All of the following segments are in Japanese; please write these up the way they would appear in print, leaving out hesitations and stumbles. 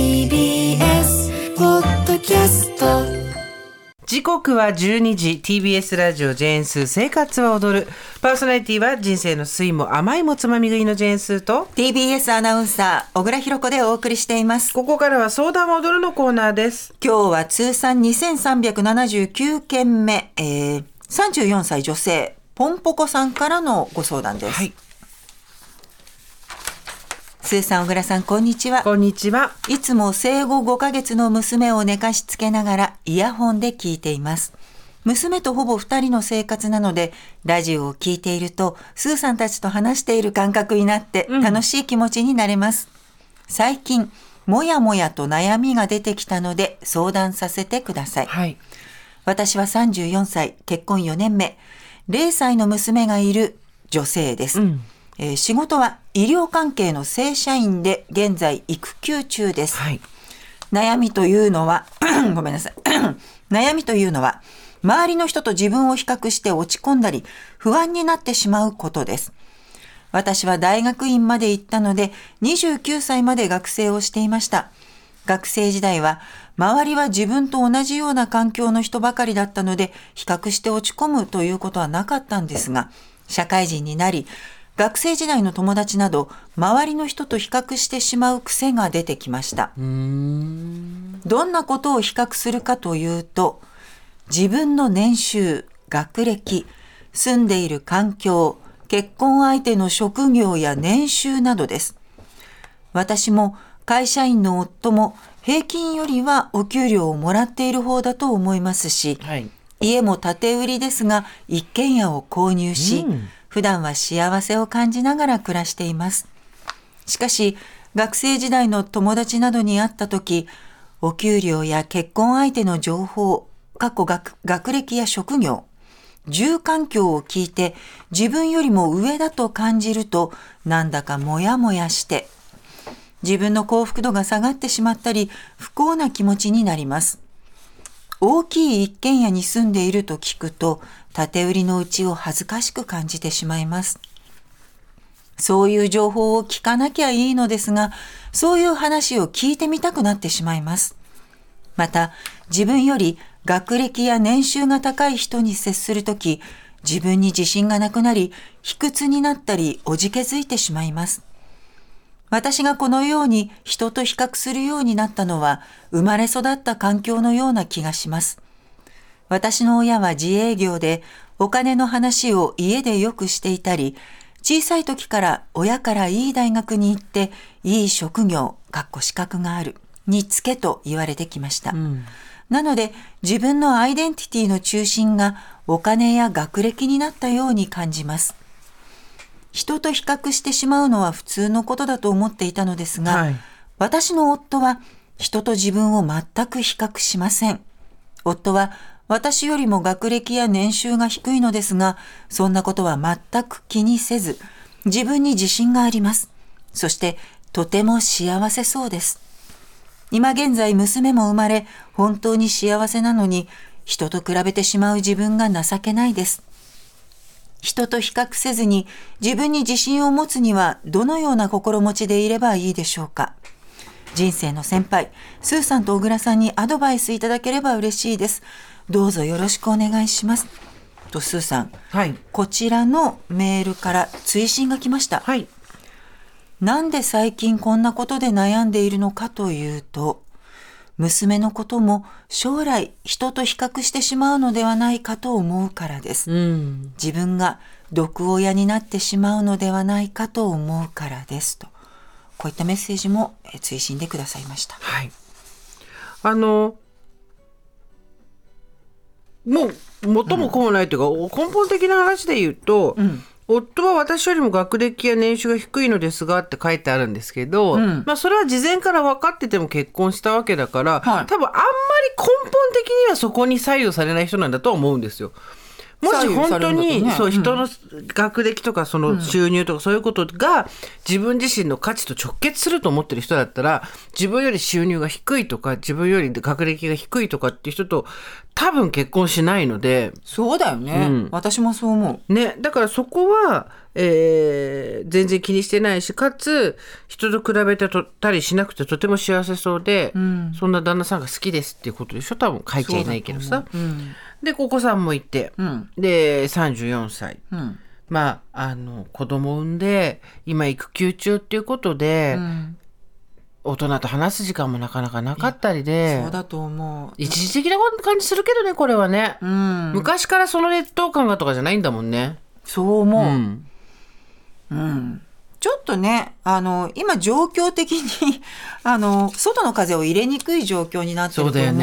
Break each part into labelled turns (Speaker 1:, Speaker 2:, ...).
Speaker 1: TBS ポッドキャスト。
Speaker 2: 時刻は12時。 TBS ラジオジェーンスー生活は踊る。パーソナリティは人生の酸いも甘いもつまみ食いのジェーンスーと
Speaker 3: TBS アナウンサー小倉弘子でお送りしています。
Speaker 2: ここからは相談は踊るのコーナーです。
Speaker 3: 今日は通算2379件目、34歳女性ポンポコさんからのご相談です。
Speaker 2: はい、
Speaker 3: スーさん、小倉さん、こんにちは。
Speaker 2: こんにちは。
Speaker 3: いつも生後5ヶ月の娘を寝かしつけながらイヤホンで聞いています。娘とほぼ2人の生活なので、ラジオを聞いているとスーさんたちと話している感覚になって楽しい気持ちになれます。最近もやもやと悩みが出てきたので相談させてください。
Speaker 2: はい、
Speaker 3: 私は34歳、結婚4年目、0歳の娘がいる女性です。仕事は医療関係の正社員で現在育休中です。
Speaker 2: はい、
Speaker 3: 悩みというのはごめんなさい悩みというのは周りの人と自分を比較して落ち込んだり不安になってしまうことです。私は大学院まで行ったので29歳まで学生をしていました。学生時代は周りは自分と同じような環境の人ばかりだったので比較して落ち込むということはなかったんですが、社会人になり学生時代の友達など周りの人と比較してしまう癖が出てきました。どんなことを比較するかというと、自分の年収、学歴、住んでいる環境、結婚相手の職業や年収などです。私も会社員の夫も平均よりはお給料をもらっている方だと思いますし、
Speaker 2: はい、
Speaker 3: 家も建て売りですが一軒家を購入し、普段は幸せを感じながら暮らしています。しかし学生時代の友達などに会った時、お給料や結婚相手の情報、過去学歴や職業、住環境を聞いて自分よりも上だと感じると、なんだかモヤモヤして自分の幸福度が下がってしまったり不幸な気持ちになります。大きい一軒家に住んでいると聞くと、建て売りのうちを恥ずかしく感じてしまいます。そういう情報を聞かなきゃいいのですが、そういう話を聞いてみたくなってしまいます。また、自分より学歴や年収が高い人に接するとき、自分に自信がなくなり、卑屈になったり、おじけづいてしまいます。私がこのように人と比較するようになったのは、生まれ育った環境のような気がします。私の親は自営業で、お金の話を家でよくしていたり、小さい時から親からいい大学に行って、いい職業、資格がある、につけと言われてきました。なので、自分のアイデンティティの中心がお金や学歴になったように感じます。人と比較してしまうのは普通のことだと思っていたのですが、私の夫は人と自分を全く比較しません。夫は私よりも学歴や年収が低いのですが、そんなことは全く気にせず、自分に自信があります。そしてとても幸せそうです。今現在娘も生まれ、本当に幸せなのに、人と比べてしまう自分が情けないです。人と比較せずに自分に自信を持つにはどのような心持ちでいればいいでしょうか。人生の先輩、スーさんと小倉さんにアドバイスいただければ嬉しいです。どうぞよろしくお願いします。と、スーさん、こちらのメールから追伸が来ました。なんで最近こんなことで悩んでいるのかというと、娘のことも将来人と比較してしまうのではないかと思うからです。自分が毒親になってしまうのではないかと思うからですと、こういったメッセージも追伸でくださいました。
Speaker 2: もう元も子もないというか、根本的な話で言うと、夫は私よりも学歴や年収が低いのですがって書いてあるんですけど、それは事前から分かってても結婚したわけだから、多分あんまり根本的にはそこに左右されない人なんだと思うんですよ。もし本当に人の学歴とかその収入とかそういうことが自分自身の価値と直結すると思ってる人だったら、自分より収入が低いとか自分より学歴が低いとかっていう人と多分結婚しないので。
Speaker 3: そうだよね、私もそう思
Speaker 2: う。ね、だからそこは、全然気にしてないし、かつ人と比べてたりしなくてとても幸せそうで、そんな旦那さんが好きですっていうことでしょ。多分書いちゃいないけどさ。でお子さんもいて、で34歳、まあ子供産んで今育休中っていうことで、大人と話す時間もなかなかなかったりで、
Speaker 3: そうだと思う。
Speaker 2: 一時的な感じするけどね、これはね、昔からその劣等感がとかじゃないんだもんね。
Speaker 3: そう思う。ちょっとね、今状況的に外の風を入れにくい状況になってると思うから、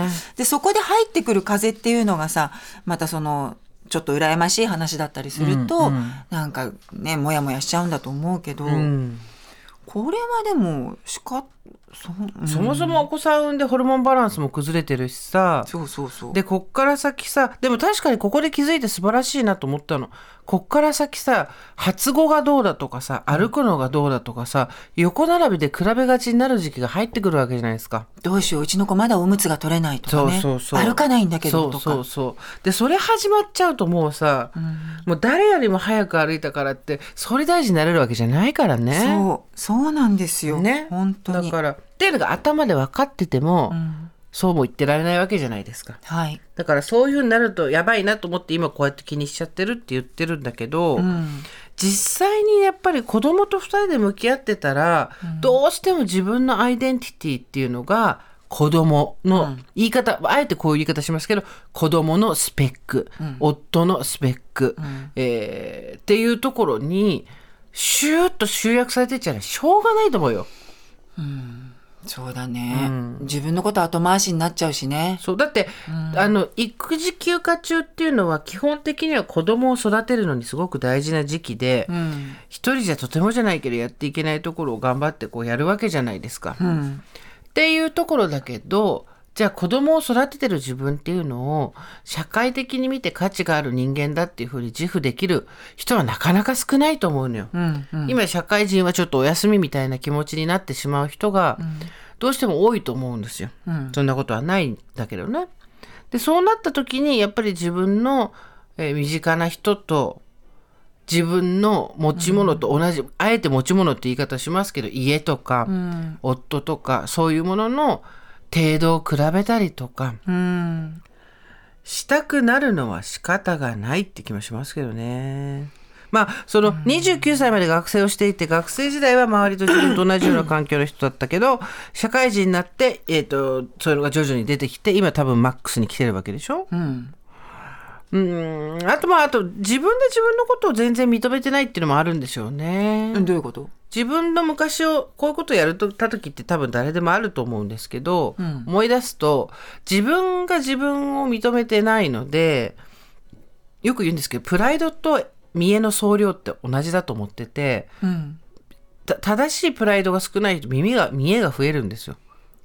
Speaker 3: でそこで入ってくる風っていうのがさ、またそのちょっと羨ましい話だったりすると、なんかねモヤモヤしちゃうんだと思うけど、これはでも
Speaker 2: そもそもお子さん産んでホルモンバランスも崩れてるしさ。でこっから先さ、でも確かにここで気づいて素晴らしいなと思ったの。こっから先さ、発語がどうだとかさ、歩くのがどうだとかさ、横並びで比べがちになる時期が入ってくるわけじゃないですか。
Speaker 3: どうしよう、うちの子まだおむつが取れないとかね、歩かないんだけどとか。
Speaker 2: でそれ始まっちゃうともうさ、もう誰よりも早く歩いたからって総理大臣になれるわけじゃないからね。
Speaker 3: そうなんですよね、本当に。
Speaker 2: だからっていうのが頭で分かってても、そうも言ってられないわけじゃないですか。だからそういう風になるとやばいなと思って今こうやって気にしちゃってるって言ってるんだけど、実際にやっぱり子供と2人で向き合ってたら、どうしても自分のアイデンティティっていうのが子供の言い方、あえてこういう言い方しますけど、子供のスペック、夫のスペック、っていうところにシューッと集約されてっちゃう、しょうがないと思うよ。
Speaker 3: そうだね、自分のこと後回しになっちゃうしね。
Speaker 2: だって、育児休暇中っていうのは基本的には子供を育てるのにすごく大事な時期で、一人じゃとてもじゃないけどやっていけないところを頑張ってこうやるわけじゃないですか、っていうところだけど、じゃあ子供を育ててる自分っていうのを社会的に見て価値がある人間だっていうふうに自負できる人はなかなか少ないと思うのよ、今社会人はちょっとお休みみたいな気持ちになってしまう人がどうしても多いと思うんですよ、そんなことはないんだけどね。でそうなった時にやっぱり自分の、身近な人と自分の持ち物と同じ、あえて持ち物って言い方しますけど、家とか、夫とかそういうものの程度を比べたりとか、したくなるのは仕方がないって気もしますけどね。まあその29歳まで学生をしていて、学生時代は周りと自分と同じような環境の人だったけど、社会人になって、そういうのが徐々に出てきて、今多分マックスに来てるわけでしょ。あと自分で自分のことを全然認めてないっていうのもあるんでしょうね。
Speaker 3: どういうこと？
Speaker 2: 自分の昔をこういうことをやるとた時って多分誰でもあると思うんですけど、思い出すと自分が自分を認めてないので、よく言うんですけど、プライドと見栄の総量って同じだと思ってて、正しいプライドが少ないと見栄が増えるんですよ。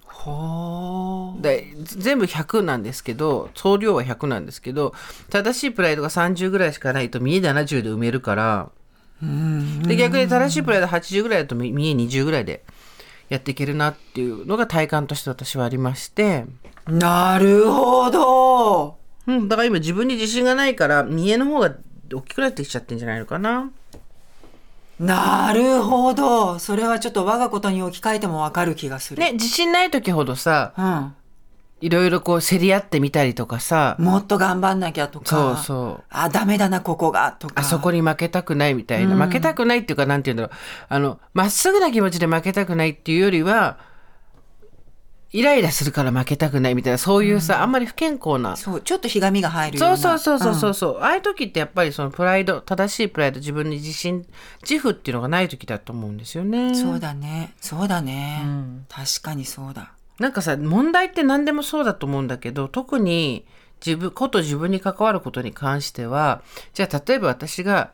Speaker 2: で全部100なんですけど、総量は100なんですけど、正しいプライドが30ぐらいしかないと見栄70で埋めるから、で逆に正しいプライド80ぐらいだと見栄20ぐらいでやっていけるなっていうのが体感として私はありまして。
Speaker 3: なるほど、
Speaker 2: だから今自分に自信がないから見栄の方が大きくなってきちゃってんじゃないのかな。
Speaker 3: なるほど、それはちょっと我がことに置き換えても分かる気がする
Speaker 2: ね。自信ない時ほどさ、いろいろこう競り合ってみたりとかさ、
Speaker 3: もっと頑張んなきゃとか、ダメだなここがとか、
Speaker 2: あそこに負けたくないみたいな、負けたくないっていうか、なんていうんだろう、まっすぐな気持ちで負けたくないっていうよりは、イライラするから負けたくないみたいな、そういうさ、あんまり不健康な、
Speaker 3: ちょっとひがみが入るような、
Speaker 2: ああいう時ってやっぱりそのプライド、正しいプライド、自分に自負っていうのがない時だと思うんですよね。
Speaker 3: そうだね、確かにそうだ。
Speaker 2: なんかさ、問題って何でもそうだと思うんだけど、特に自分に関わることに関しては、じゃあ例えば私が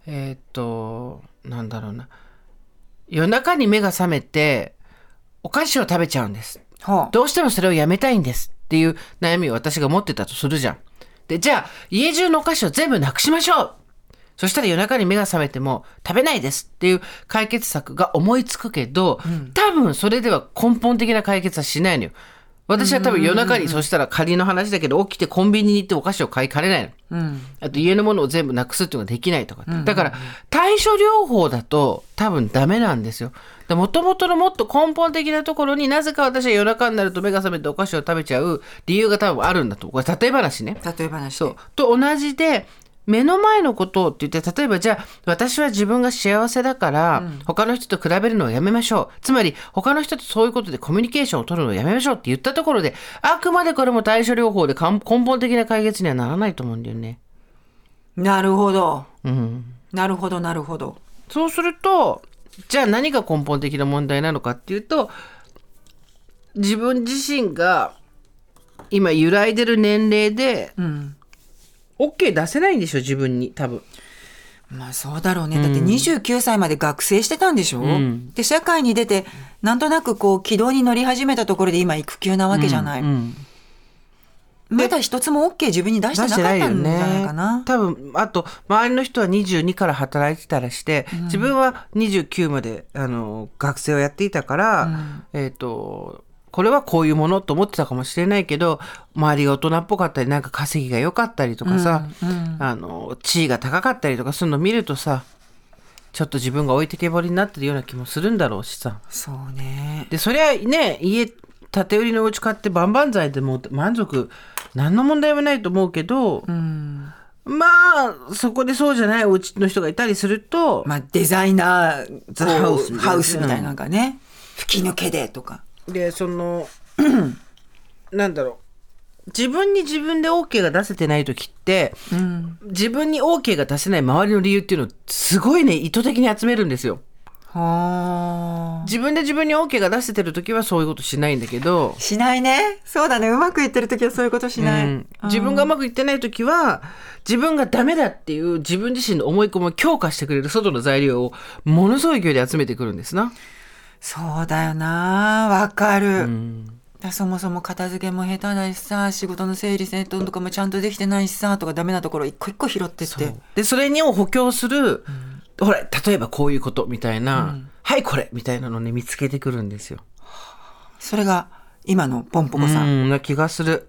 Speaker 2: なんだろうな、夜中に目が覚めてお菓子を食べちゃうんです、どうしてもそれをやめたいんですっていう悩みを私が持ってたとするじゃん。でじゃあ家中のお菓子を全部なくしましょう、そしたら夜中に目が覚めても食べないですっていう解決策が思いつくけど、多分それでは根本的な解決はしないのよ。 私は多分夜中にそしたら仮の話だけど起きてコンビニに行ってお菓子を買いかねないの、あと家のものを全部なくすっていうのができないとか、だから対処療法だと多分ダメなんですよ。もともとのもっと根本的なところになぜか私は夜中になると目が覚めてお菓子を食べちゃう理由が多分あるんだと。これ例え話ね。
Speaker 3: 例え話
Speaker 2: そうと同じで、目の前のことをって言って、例えばじゃあ私は自分が幸せだから、他の人と比べるのをやめましょう。つまり他の人とそういうことでコミュニケーションを取るのをやめましょうって言ったところで、あくまでこれも対処療法で根本的な解決にはならないと思うんだよね。
Speaker 3: なるほど、
Speaker 2: うん、
Speaker 3: なるほどなるほど。
Speaker 2: そうするとじゃあ何が根本的な問題なのかっていうと、自分自身が今揺らいでる年齢で、OK 出せないんでしょ自分に多分。
Speaker 3: まあそうだろうね。だって29歳まで学生してたんでしょ、で社会に出てなんとなくこう軌道に乗り始めたところで今育休なわけじゃない、まだ一つも OK 自分に出してなかったんじゃないかな、
Speaker 2: 多分。あと周りの人は22から働いてたらして、自分は29まで学生をやっていたから、これはこういうものと思ってたかもしれないけど、周りが大人っぽかったりなんか稼ぎが良かったりとかさ、地位が高かったりとかするのを見るとさ、ちょっと自分が置いてけぼりになってるような気もするんだろうしさ。
Speaker 3: そうね。
Speaker 2: でそりゃね、家建て売りのお家買って万々歳でも満足何の問題もないと思うけど、まあそこでそうじゃないお家の人がいたりすると、
Speaker 3: まあデザイナーハウスみたいなのがね、吹き抜けでとか
Speaker 2: で、なんだろう、自分に自分で OK が出せてない時って、自分に OK が出せない周りの理由っていうのをすごいね意図的に集めるんですよ。自分で自分に OK が出せてる時はそういうことしないんだけど、
Speaker 3: しないね。そうだね、うまくいってる時はそういうことしない、
Speaker 2: 自分がうまくいってない時は自分がダメだっていう自分自身の思い込みを強化してくれる外の材料をものすごい勢いで集めてくるんですな。
Speaker 3: そうだよな、わかる、そもそも片付けも下手だしさ、仕事の整理整頓とかもちゃんとできてないしさとか、ダメなところ一個一個拾ってって、
Speaker 2: でそれを補強する、ほら例えばこういうことみたいな、はいこれみたいなのね見つけてくるんですよ。
Speaker 3: それが今のポンポコさん
Speaker 2: な気がする。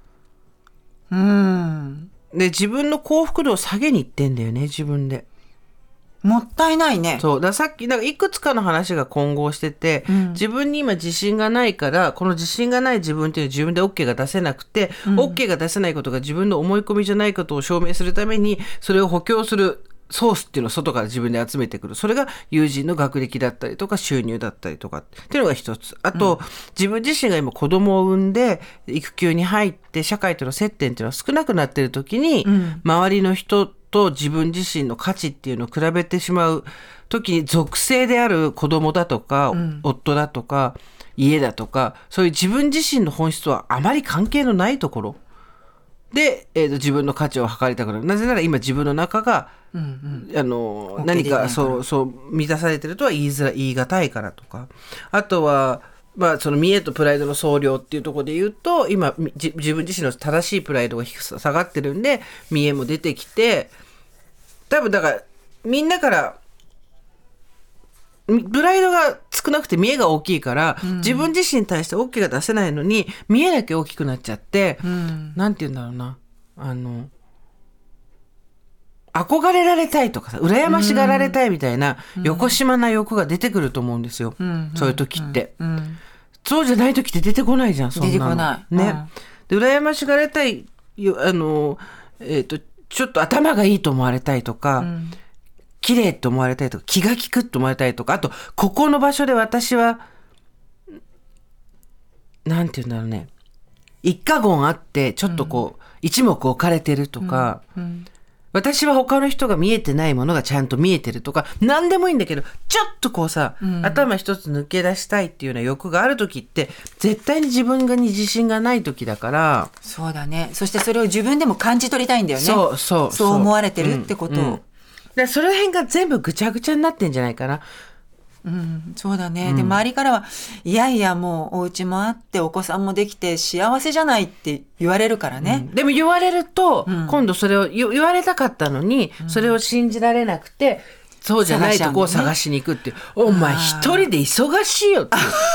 Speaker 2: で自分の幸福度を下げにいってんだよね、自分で。
Speaker 3: もったいないね。
Speaker 2: そうだ、さっきなんかいくつかの話が混合してて、自分に今自信がないから、この自信がない自分っていうのは自分で OK が出せなくて、OK が出せないことが自分の思い込みじゃないことを証明するためにそれを補強するソースっていうのを外から自分で集めてくる。それが友人の学歴だったりとか収入だったりとかっていうのが一つ。あと、自分自身が今子供を産んで育休に入って社会との接点っていうのは少なくなってる時に、周りの人と自分自身の価値っていうのを比べてしまう時に、属性である子供だとか、夫だとか家だとか、そういう自分自身の本質とはあまり関係のないところで、自分の価値を測りたくなる。なぜなら今自分の中が、何かそう満たされてるとは言い難いからとか、あとはまあその見栄とプライドの総量っていうところで言うと、今自分自身の正しいプライドが下がってるんで見栄も出てきて、多分だからみんなからプライドが少なくて見栄が大きいから、自分自身に対して OK が出せないのに見栄だけ大きくなっちゃって、なんて言うんだろうな、憧れられたいとかさ、羨ましがられたいみたいな横島な欲が出てくると思うんですよ、そういう時って、そうじゃない時って出てこないじゃん、そんなの。
Speaker 3: 出てこない、
Speaker 2: ね、で羨ましがられたい、ちょっと頭がいいと思われたいとか、綺麗と思われたいとか、気が利くと思われたいとか、あとここの場所で私はなんていうんだろうね、一家言あってちょっとこう、一目置かれてるとか、私は他の人が見えてないものがちゃんと見えてるとか、何でもいいんだけど、ちょっとこうさ、頭一つ抜け出したいっていうような欲がある時って、絶対に自分に自信がない時だから。
Speaker 3: そうだね。そしてそれを自分でも感じ取りたいんだよね。そう思われてるってことを、
Speaker 2: でその辺が全部ぐちゃぐちゃになってんじゃないかな。
Speaker 3: そうだね、で周りからはいやいやもうお家もあってお子さんもできて幸せじゃないって言われるからね、
Speaker 2: でも言われると、今度それを言われたかったのに、それを信じられなくて、そうじゃないとこを探しに行くっていう、お前一人で忙しいよって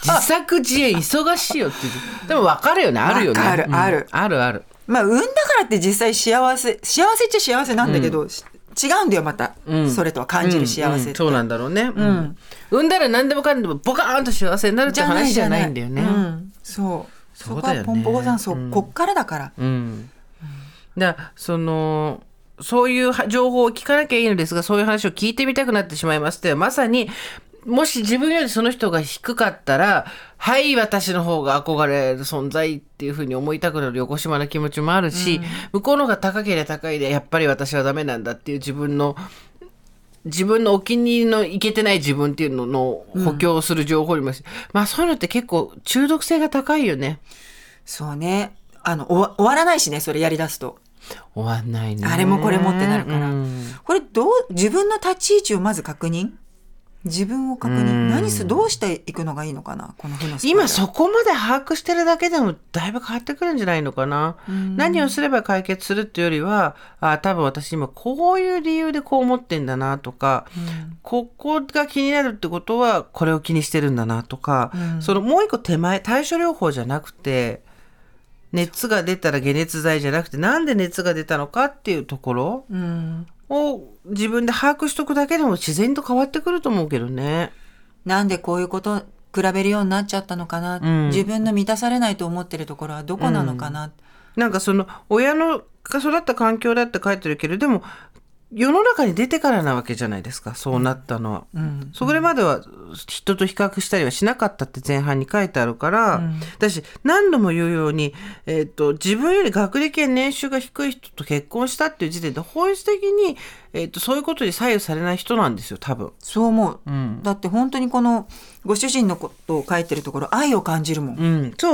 Speaker 2: 自作自演忙しいよって言う。でも分かるよね、あるよね。
Speaker 3: あるある、
Speaker 2: あるある。
Speaker 3: まあ産んだからって実際幸せっちゃ幸せなんだけど、違うんだよまた、それとは感じる幸せって、
Speaker 2: そうなんだろうね、産んだら何でもかんでもボカーンと幸せになるって話じゃないんだよね。
Speaker 3: そうそこ
Speaker 2: だよね。
Speaker 3: はポンポコさん、こっからだから、
Speaker 2: だからそういう情報を聞かなきゃいいのですが、そういう話を聞いてみたくなってしまいますって、まさにもし自分よりその人が低かったら、はい私の方が憧れる存在っていうふうに思いたくなる横島な気持ちもあるし、向こうの方が高ければ高いでやっぱり私はダメなんだっていう自分のお気に入りのいけてない自分っていうのの補強する情報にも、まあそういうのって結構中毒性が高いよね。
Speaker 3: そうね、終わらないしね、それやりだすと
Speaker 2: 終わんないね。
Speaker 3: あれもこれもってなるから、これ自分の立ち位置をまず確認、自分を確認、どうしていくのがいいのかな、この負のスパイラル。
Speaker 2: 今そこまで把握してるだけでもだいぶ変わってくるんじゃないのかな。何をすれば解決するっていうよりは、多分私今こういう理由でこう思ってんだなとか、ここが気になるってことはこれを気にしてるんだなとか、そのもう一個手前、対処療法じゃなくて、熱が出たら解熱剤じゃなくて、なんで熱が出たのかっていうところを自分で把握しとくだけでも自然と変わってくると思うけどね。
Speaker 3: なんでこういうこと比べるようになっちゃったのかな、自分の満たされないと思ってるところはどこなのかな、
Speaker 2: なんか親のが育った環境だって書いてるけれど、でも世の中に出てからなわけじゃないですか、そうなったのは。それまでは人と比較したりはしなかったって前半に書いてあるから、私何度も言うように、自分より学歴や年収が低い人と結婚したっていう時点で本質的に、そういうことに左右されない人なんですよ、多分。
Speaker 3: そう思う、だって本当にこのご主人のことを書いてるところ、愛を感じるもん、
Speaker 2: そう、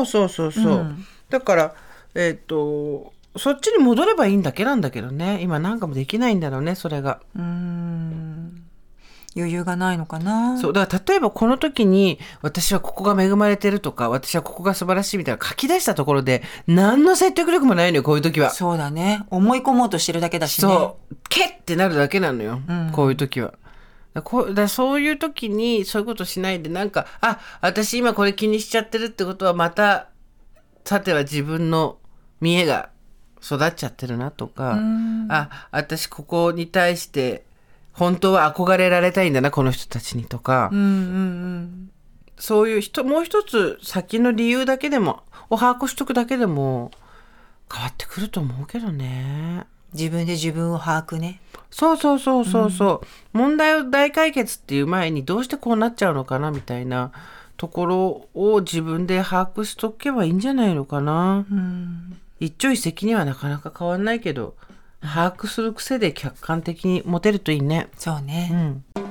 Speaker 2: だからそっちに戻ればいいんだけなんだけどね、今なんかもできないんだろうね、それが。
Speaker 3: 余裕がないのかな。
Speaker 2: そうだから、例えばこの時に私はここが恵まれてるとか、私はここが素晴らしいみたいな書き出したところで何の説得力もないのよ、こういう時は。
Speaker 3: そうだね、思い込もうとしてるだけだしね。
Speaker 2: そうケッってなるだけなのよ、こういう時は。そういう時にそういうことしないで、なんか私今これ気にしちゃってるってことは、またさては自分の見栄が育っちゃってるなとか、私ここに対して本当は憧れられたいんだな、この人たちにとか、そういうもう一つ先の理由だけでもを把握しとくだけでも変わってくると思うけどね。
Speaker 3: 自分で自分を把握ね。
Speaker 2: そう、問題を大解決っていう前にどうしてこうなっちゃうのかなみたいなところを自分で把握しとけばいいんじゃないのかな。一朝一夕にはなかなか変わんないけど、把握する癖で客観的に持てるといいね。
Speaker 3: そうね、